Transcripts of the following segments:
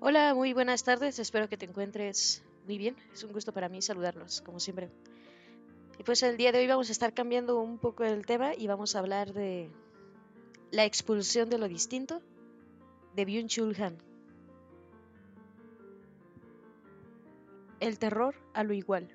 Hola, muy buenas tardes. Espero que te encuentres muy bien. Es un gusto para mí saludarlos, como siempre. Y pues el día de hoy vamos a estar cambiando un poco el tema y vamos a hablar de la expulsión de lo distinto de Byung-Chul Han. El terror a lo igual.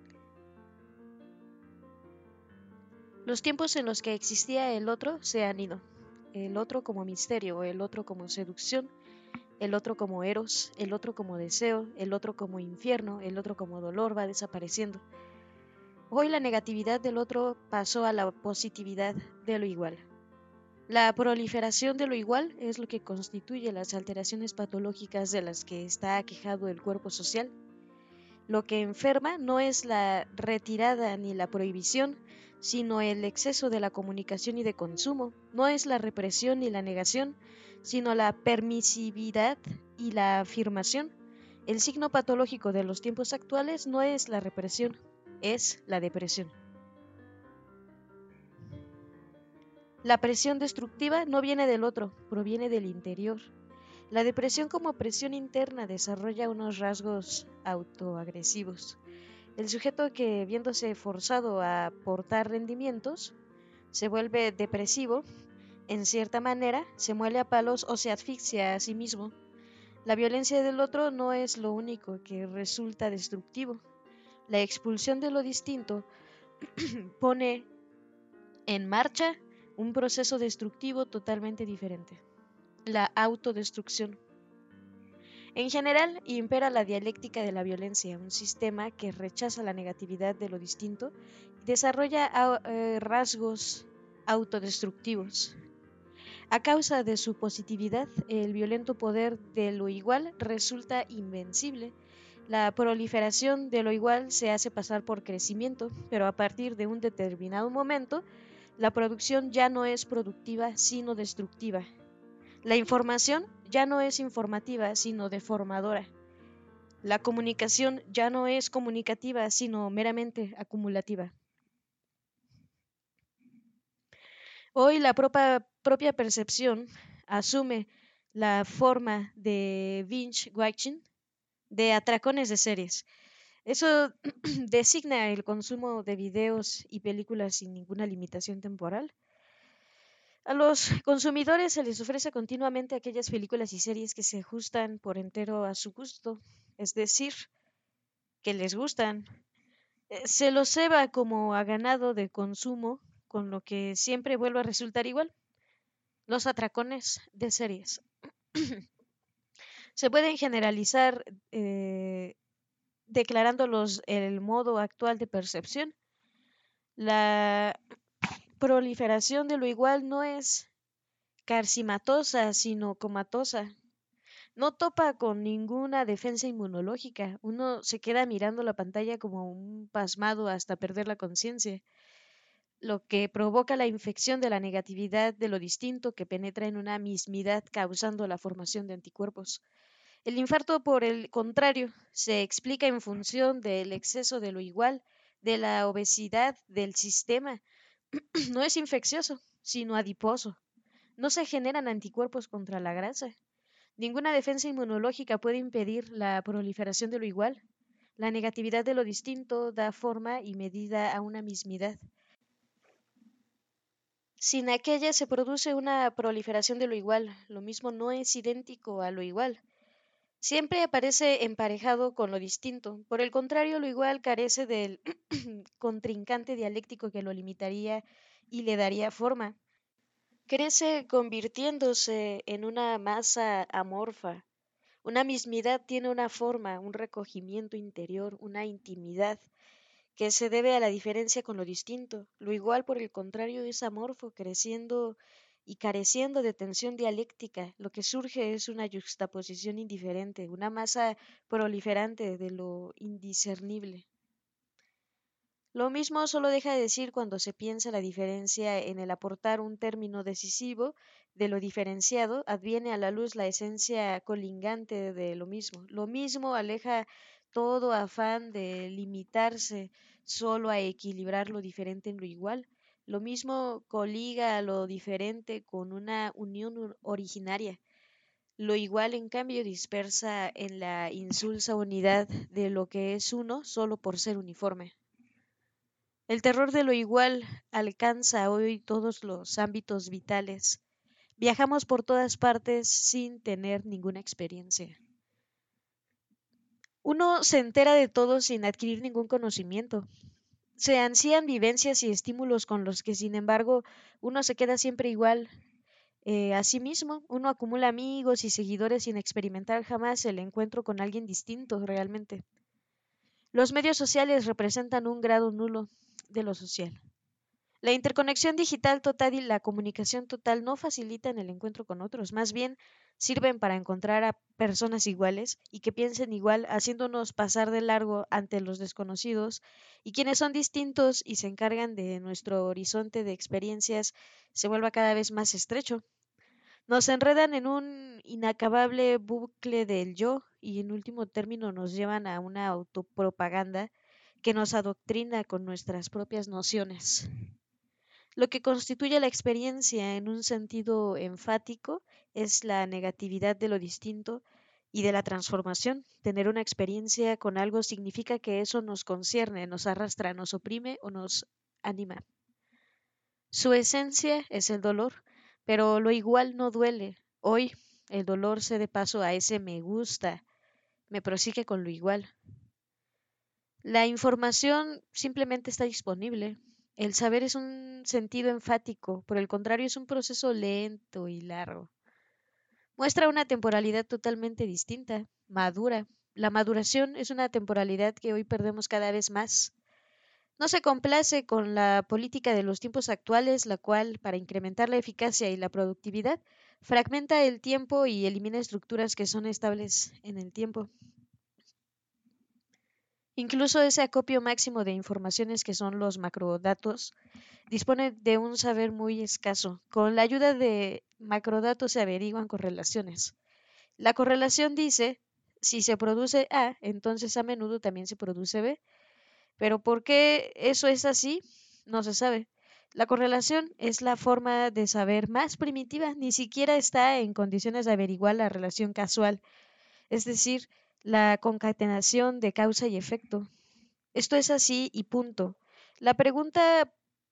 Los tiempos en los que existía el otro se han ido. El otro como misterio, el otro como seducción, el otro como eros, el otro como deseo, el otro como infierno, el otro como dolor va desapareciendo. Hoy la negatividad del otro pasó a la positividad de lo igual. La proliferación de lo igual es lo que constituye las alteraciones patológicas de las que está aquejado el cuerpo social. Lo que enferma no es la retirada ni la prohibición, sino el exceso de la comunicación y de consumo. No es la represión ni la negación, sino la permisividad y la afirmación. El signo patológico de los tiempos actuales no es la represión, es la depresión. La presión destructiva no viene del otro, proviene del interior. La depresión como presión interna desarrolla unos rasgos autoagresivos. El sujeto que, viéndose forzado a aportar rendimientos, se vuelve depresivo, en cierta manera, se muele a palos o se asfixia a sí mismo. La violencia del otro no es lo único que resulta destructivo. La expulsión de lo distinto pone en marcha un proceso destructivo totalmente diferente: la autodestrucción. En general, impera la dialéctica de la violencia, un sistema que rechaza la negatividad de lo distinto y desarrolla rasgos autodestructivos. A causa de su positividad, el violento poder de lo igual resulta invencible. La proliferación de lo igual se hace pasar por crecimiento, pero a partir de un determinado momento, la producción ya no es productiva, sino destructiva. La información ya no es informativa, sino deformadora. La comunicación ya no es comunicativa, sino meramente acumulativa. Hoy la propia percepción asume la forma de binge watching, de atracones de series. Eso designa el consumo de videos y películas sin ninguna limitación temporal. A los consumidores se les ofrece continuamente aquellas películas y series que se ajustan por entero a su gusto, es decir, que les gustan. Se los ceba como a ganado de consumo, con lo que siempre vuelve a resultar igual: los atracones de series. Se pueden generalizar declarándolos el modo actual de percepción. La proliferación de lo igual no es carcimatosa, sino comatosa. No topa con ninguna defensa inmunológica. Uno se queda mirando la pantalla como un pasmado hasta perder la conciencia, lo que provoca la infección de la negatividad de lo distinto que penetra en una mismidad causando la formación de anticuerpos. El infarto, por el contrario, se explica en función del exceso de lo igual, de la obesidad del sistema. No es infeccioso, sino adiposo. No se generan anticuerpos contra la grasa. Ninguna defensa inmunológica puede impedir la proliferación de lo igual. La negatividad de lo distinto da forma y medida a una mismidad. Sin aquella se produce una proliferación de lo igual. Lo mismo no es idéntico a lo igual. Siempre aparece emparejado con lo distinto. Por el contrario, lo igual carece del contrincante dialéctico que lo limitaría y le daría forma. Crece convirtiéndose en una masa amorfa. Una mismidad tiene una forma, un recogimiento interior, una intimidad que se debe a la diferencia con lo distinto. Lo igual, por el contrario, es amorfo, creciendo y careciendo de tensión dialéctica. Lo que surge es una yuxtaposición indiferente, una masa proliferante de lo indiscernible. Lo mismo solo deja de decir cuando se piensa la diferencia en el aportar un término decisivo de lo diferenciado, adviene a la luz la esencia colingante de lo mismo. Lo mismo aleja todo afán de limitarse solo a equilibrar lo diferente en lo igual. Lo mismo coliga a lo diferente con una unión originaria. Lo igual, en cambio, dispersa en la insulsa unidad de lo que es uno solo por ser uniforme. El terror de lo igual alcanza hoy todos los ámbitos vitales. Viajamos por todas partes sin tener ninguna experiencia. Uno se entera de todo sin adquirir ningún conocimiento. Se ansían vivencias y estímulos con los que, sin embargo, uno se queda siempre igual. Asimismo, uno acumula amigos y seguidores sin experimentar jamás el encuentro con alguien distinto realmente. Los medios sociales representan un grado nulo de lo social. La interconexión digital total y la comunicación total no facilitan el encuentro con otros, más bien sirven para encontrar a personas iguales y que piensen igual, haciéndonos pasar de largo ante los desconocidos, y quienes son distintos y se encargan de nuestro horizonte de experiencias se vuelva cada vez más estrecho. Nos enredan en un inacabable bucle del yo y en último término nos llevan a una autopropaganda que nos adoctrina con nuestras propias nociones. Lo que constituye la experiencia en un sentido enfático es la negatividad de lo distinto y de la transformación. Tener una experiencia con algo significa que eso nos concierne, nos arrastra, nos oprime o nos anima. Su esencia es el dolor, pero lo igual no duele. Hoy el dolor cede paso a ese me gusta, me prosigue con lo igual. La información simplemente está disponible. El saber es un sentido enfático, por el contrario es un proceso lento y largo. Muestra una temporalidad totalmente distinta, madura. La maduración es una temporalidad que hoy perdemos cada vez más. No se complace con la política de los tiempos actuales, la cual, para incrementar la eficacia y la productividad, fragmenta el tiempo y elimina estructuras que son estables en el tiempo. Incluso ese acopio máximo de informaciones que son los macrodatos dispone de un saber muy escaso. Con la ayuda de macrodatos se averiguan correlaciones. La correlación dice, si se produce A, entonces a menudo también se produce B. Pero ¿por qué eso es así? No se sabe. La correlación es la forma de saber más primitiva, ni siquiera está en condiciones de averiguar la relación casual, es decir, la concatenación de causa y efecto. Esto es así y punto. La pregunta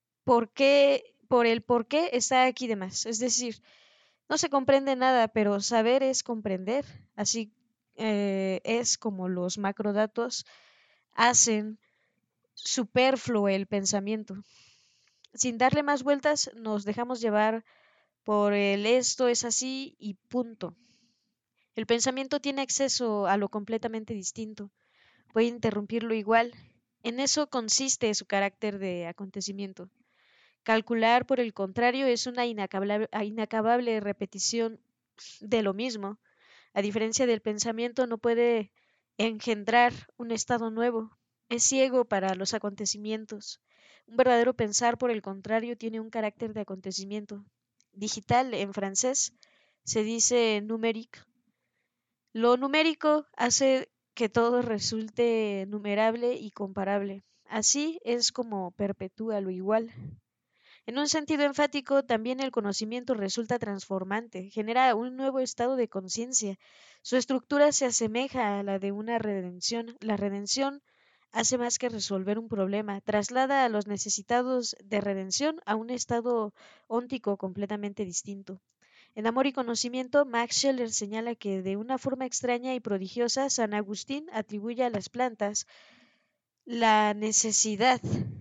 por el por qué está aquí de más. Es decir, no se comprende nada, pero saber es comprender. Así es como los macrodatos hacen superfluo el pensamiento. Sin darle más vueltas, nos dejamos llevar por el esto es así y punto. El pensamiento tiene acceso a lo completamente distinto, puede interrumpirlo igual. En eso consiste su carácter de acontecimiento. Calcular, por el contrario, es una inacabable repetición de lo mismo. A diferencia del pensamiento, no puede engendrar un estado nuevo. Es ciego para los acontecimientos. Un verdadero pensar, por el contrario, tiene un carácter de acontecimiento. Digital, en francés, se dice numérique. Lo numérico hace que todo resulte numerable y comparable. Así es como perpetúa lo igual. En un sentido enfático, también el conocimiento resulta transformante, genera un nuevo estado de conciencia. Su estructura se asemeja a la de una redención. La redención hace más que resolver un problema, traslada a los necesitados de redención a un estado óntico completamente distinto. En Amor y Conocimiento, Max Scheler señala que de una forma extraña y prodigiosa, San Agustín atribuye a las plantas la necesidad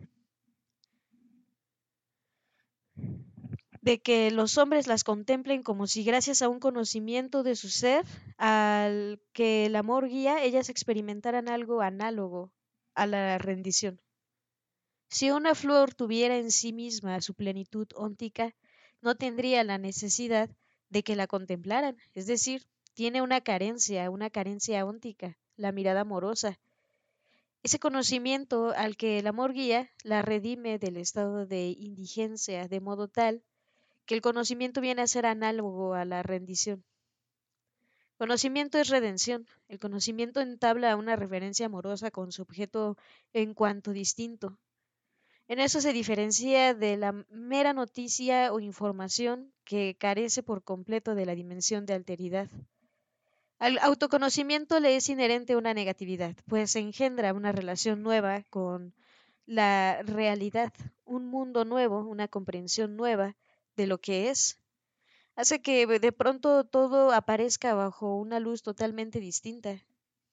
de que los hombres las contemplen como si gracias a un conocimiento de su ser, al que el amor guía, ellas experimentaran algo análogo a la rendición. Si una flor tuviera en sí misma su plenitud óntica, no tendría la necesidad de que la contemplaran, es decir, tiene una carencia óntica, la mirada amorosa. Ese conocimiento al que el amor guía la redime del estado de indigencia, de modo tal que el conocimiento viene a ser análogo a la rendición. Conocimiento es redención. El conocimiento entabla una referencia amorosa con su objeto en cuanto distinto. En eso se diferencia de la mera noticia o información que carece por completo de la dimensión de alteridad. Al autoconocimiento le es inherente una negatividad, pues engendra una relación nueva con la realidad, un mundo nuevo, una comprensión nueva de lo que es. Hace que de pronto todo aparezca bajo una luz totalmente distinta.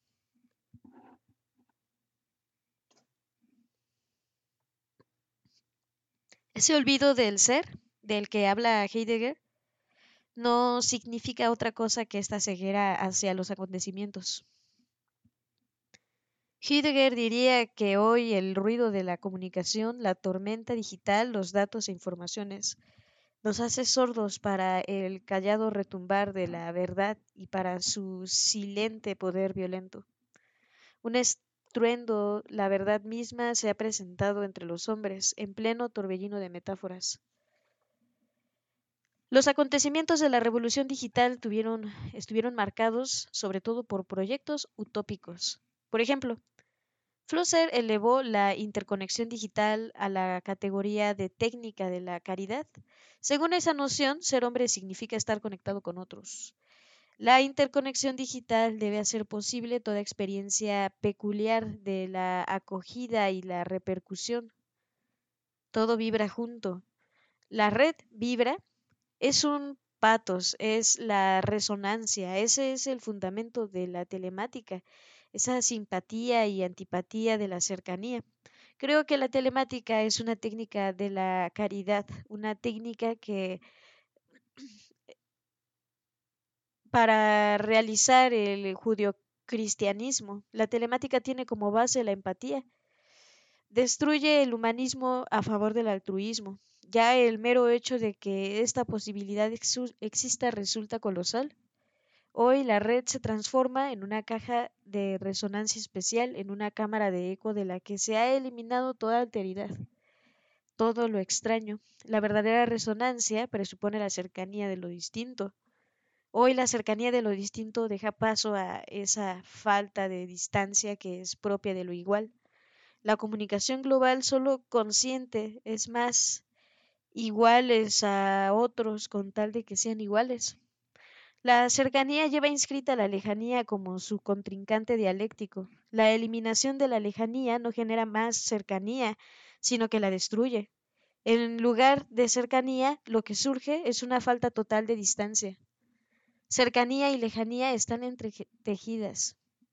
Ese olvido del ser, del que habla Heidegger, no significa otra cosa que esta ceguera hacia los acontecimientos. Heidegger diría que hoy el ruido de la comunicación, la tormenta digital, los datos e informaciones nos hace sordos para el callado retumbar de la verdad y para su silente poder violento. Un estruendo, la verdad misma se ha presentado entre los hombres en pleno torbellino de metáforas. Los acontecimientos de la revolución digital estuvieron marcados sobre todo por proyectos utópicos. Por ejemplo, Flusser elevó la interconexión digital a la categoría de técnica de la caridad. Según esa noción, ser hombre significa estar conectado con otros. La interconexión digital debe hacer posible toda experiencia peculiar de la acogida y la repercusión. Todo vibra junto. La red vibra, es un patos, es la resonancia, ese es el fundamento de la telemática, esa simpatía y antipatía de la cercanía. Creo que la telemática es una técnica de la caridad, una técnica que para realizar el judio-cristianismo, la telemática tiene como base la empatía, destruye el humanismo a favor del altruismo. Ya el mero hecho de que esta posibilidad exista resulta colosal. Hoy la red se transforma en una caja de resonancia especial, en una cámara de eco de la que se ha eliminado toda alteridad, todo lo extraño. La verdadera resonancia presupone la cercanía de lo distinto. Hoy la cercanía de lo distinto deja paso a esa falta de distancia que es propia de lo igual. La comunicación global solo consciente es más iguales a otros con tal de que sean iguales. La cercanía lleva inscrita la lejanía como su contrincante dialéctico. La eliminación de la lejanía no genera más cercanía, sino que la destruye. En lugar de cercanía, lo que surge es una falta total de distancia. Cercanía y lejanía están entretejidas.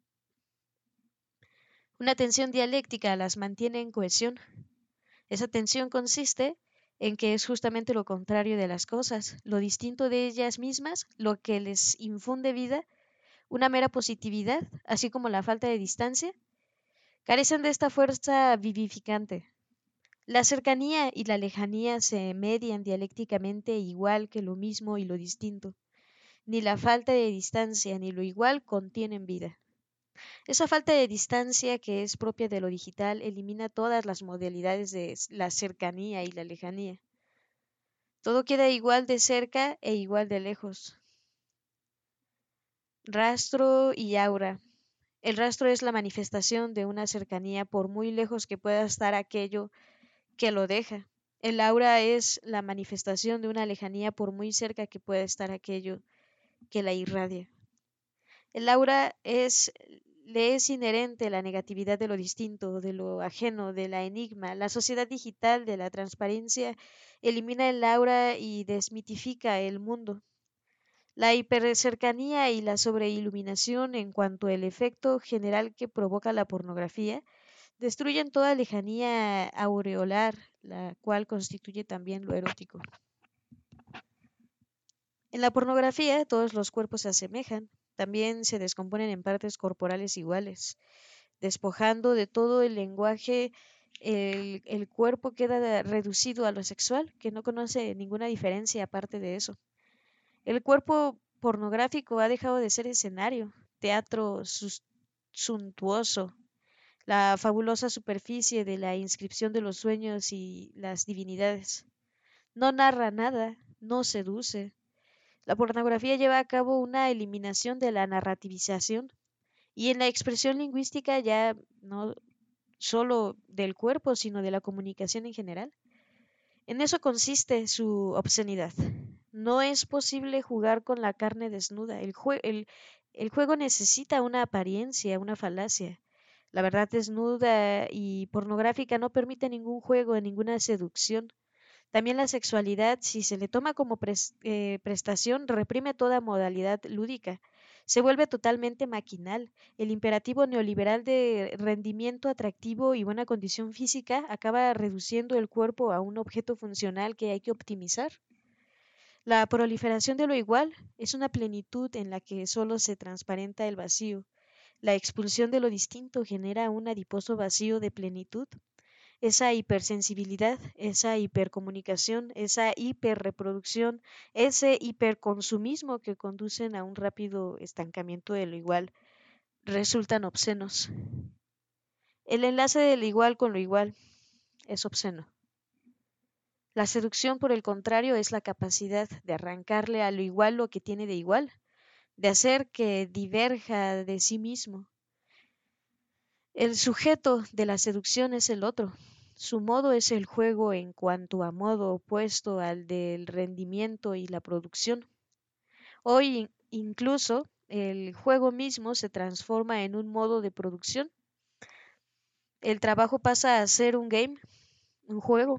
Una tensión dialéctica las mantiene en cohesión. Esa tensión consiste en que es justamente lo contrario de las cosas, lo distinto de ellas mismas, lo que les infunde vida, una mera positividad, así como la falta de distancia, carecen de esta fuerza vivificante. La cercanía y la lejanía se median dialécticamente igual que lo mismo y lo distinto. Ni la falta de distancia ni lo igual contienen vida. Esa falta de distancia que es propia de lo digital elimina todas las modalidades de la cercanía y la lejanía. Todo queda igual de cerca e igual de lejos. Rastro y aura. El rastro es la manifestación de una cercanía por muy lejos que pueda estar aquello que lo deja. El aura es la manifestación de una lejanía por muy cerca que pueda estar aquello que la irradia. El aura le es inherente la negatividad de lo distinto, de lo ajeno, de la enigma. La sociedad digital de la transparencia elimina el aura y desmitifica el mundo. La hipercercanía y la sobreiluminación en cuanto al efecto general que provoca la pornografía destruyen toda lejanía aureolar, la cual constituye también lo erótico. En la pornografía todos los cuerpos se asemejan, también se descomponen en partes corporales iguales. Despojando de todo el lenguaje, el cuerpo queda reducido a lo sexual, que no conoce ninguna diferencia aparte de eso. El cuerpo pornográfico ha dejado de ser escenario, teatro suntuoso, la fabulosa superficie de la inscripción de los sueños y las divinidades. No narra nada, no seduce. La pornografía lleva a cabo una eliminación de la narrativización y en la expresión lingüística ya no solo del cuerpo, sino de la comunicación en general. En eso consiste su obscenidad. No es posible jugar con la carne desnuda. El juego necesita una apariencia, una falacia. La verdad desnuda y pornográfica no permite ningún juego, ninguna seducción. También la sexualidad, si se le toma como prestación, reprime toda modalidad lúdica. Se vuelve totalmente maquinal. El imperativo neoliberal de rendimiento atractivo y buena condición física acaba reduciendo el cuerpo a un objeto funcional que hay que optimizar. La proliferación de lo igual es una plenitud en la que solo se transparenta el vacío. La expulsión de lo distinto genera un adiposo vacío de plenitud. Esa hipersensibilidad, esa hipercomunicación, esa hiperreproducción, ese hiperconsumismo que conducen a un rápido estancamiento de lo igual, resultan obscenos. El enlace del igual con lo igual es obsceno. La seducción, por el contrario, es la capacidad de arrancarle a lo igual lo que tiene de igual, de hacer que diverja de sí mismo. El sujeto de la seducción es el otro. Su modo es el juego en cuanto a modo opuesto al del rendimiento y la producción. Hoy incluso el juego mismo se transforma en un modo de producción. El trabajo pasa a ser un game, un juego.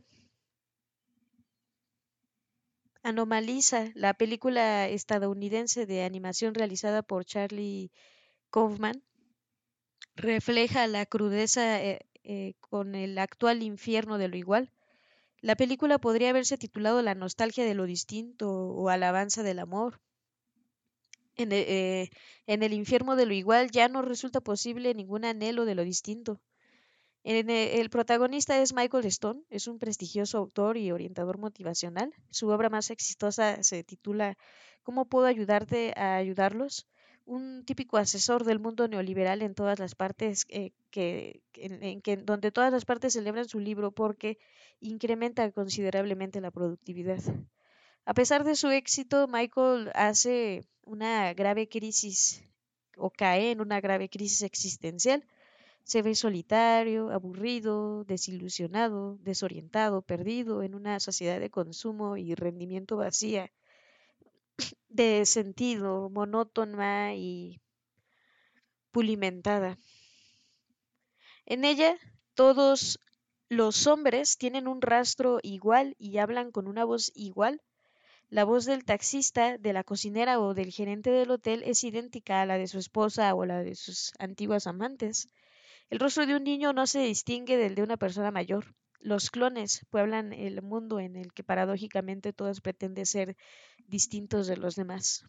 Anomaliza, la película estadounidense de animación realizada por Charlie Kaufman, refleja la crudeza con el actual infierno de lo igual. La película podría haberse titulado La nostalgia de lo distinto o Alabanza del amor. En el, en el infierno de lo igual ya no resulta posible ningún anhelo de lo distinto. El protagonista es Michael Stone, es un prestigioso autor y orientador motivacional. Su obra más exitosa se titula ¿Cómo puedo ayudarte a ayudarlos? Un típico asesor del mundo neoliberal en todas las partes donde todas las partes celebran su libro porque incrementa considerablemente la productividad. A pesar de su éxito, Michael hace una grave crisis o cae en una grave crisis existencial. Se ve solitario, aburrido, desilusionado, desorientado, perdido en una sociedad de consumo y rendimiento vacía, de sentido, monótona y pulimentada. En ella, todos los hombres tienen un rastro igual y hablan con una voz igual. La voz del taxista, de la cocinera o del gerente del hotel es idéntica a la de su esposa o la de sus antiguas amantes. El rostro de un niño no se distingue del de una persona mayor. Los clones pueblan el mundo en el que paradójicamente todos pretenden ser distintos de los demás.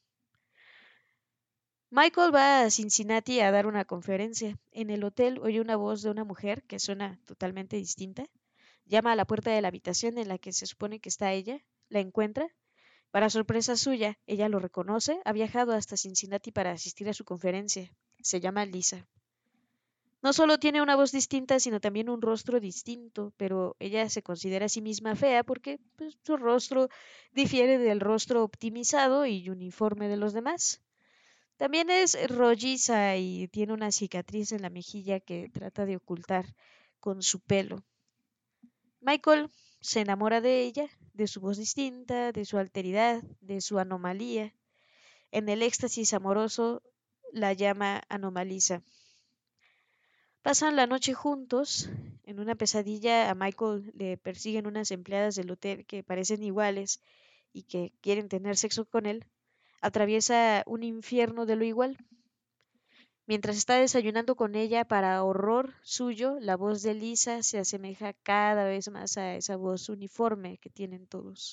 Michael va a Cincinnati a dar una conferencia. En el hotel oye una voz de una mujer que suena totalmente distinta. Llama a la puerta de la habitación en la que se supone que está ella. La encuentra. Para sorpresa suya, ella lo reconoce. Ha viajado hasta Cincinnati para asistir a su conferencia. Se llama Lisa. No solo tiene una voz distinta, sino también un rostro distinto, pero ella se considera a sí misma fea porque pues, su rostro difiere del rostro optimizado y uniforme de los demás. También es rolliza y tiene una cicatriz en la mejilla que trata de ocultar con su pelo. Michael se enamora de ella, de su voz distinta, de su alteridad, de su anomalía. En el éxtasis amoroso la llama Anomaliza. Pasan la noche juntos. En una pesadilla a Michael le persiguen unas empleadas del hotel que parecen iguales y que quieren tener sexo con él. Atraviesa un infierno de lo igual. Mientras está desayunando con ella, para horror suyo, la voz de Lisa se asemeja cada vez más a esa voz uniforme que tienen todos.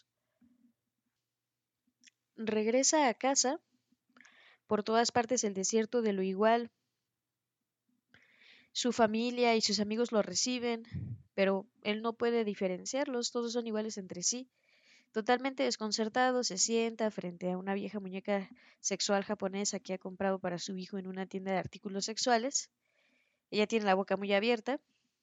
Regresa a casa, por todas partes el desierto de lo igual. Su familia y sus amigos lo reciben, pero él no puede diferenciarlos, todos son iguales entre sí. Totalmente desconcertado, se sienta frente a una vieja muñeca sexual japonesa que ha comprado para su hijo en una tienda de artículos sexuales. Ella tiene la boca muy abierta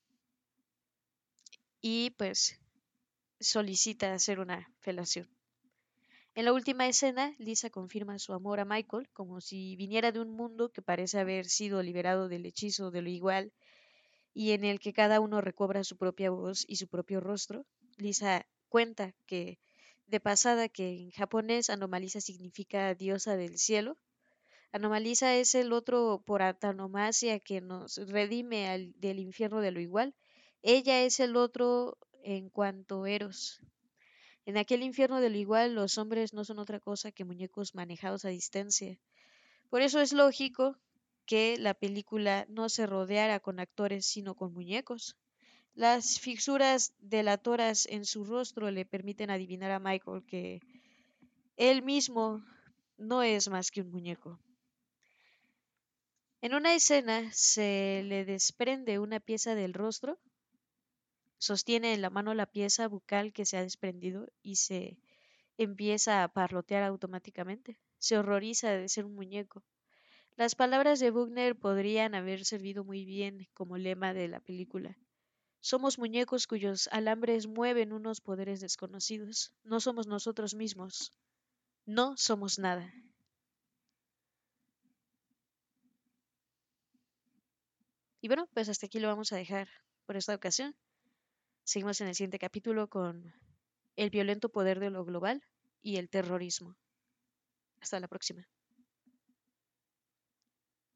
y pues solicita hacer una felación. En la última escena, Lisa confirma su amor a Michael como si viniera de un mundo que parece haber sido liberado del hechizo de lo igual y en el que cada uno recobra su propia voz y su propio rostro. Lisa cuenta que de pasada que en japonés Anomalisa significa diosa del cielo. Anomalisa es el otro por antonomasia que nos redime del infierno de lo igual. Ella es el otro en cuanto Eros. En aquel infierno de lo igual los hombres no son otra cosa que muñecos manejados a distancia. Por eso es lógico que la película no se rodeara con actores sino con muñecos. Las fisuras delatoras en su rostro le permiten adivinar a Michael que él mismo no es más que un muñeco. En una escena se le desprende una pieza del rostro, sostiene en la mano la pieza bucal que se ha desprendido y se empieza a parlotear automáticamente. Se horroriza de ser un muñeco. Las palabras de Buckner podrían haber servido muy bien como lema de la película. Somos muñecos cuyos alambres mueven unos poderes desconocidos. No somos nosotros mismos. No somos nada. Y bueno, pues hasta aquí lo vamos a dejar por esta ocasión. Seguimos en el siguiente capítulo con el violento poder de lo global y el terrorismo. Hasta la próxima.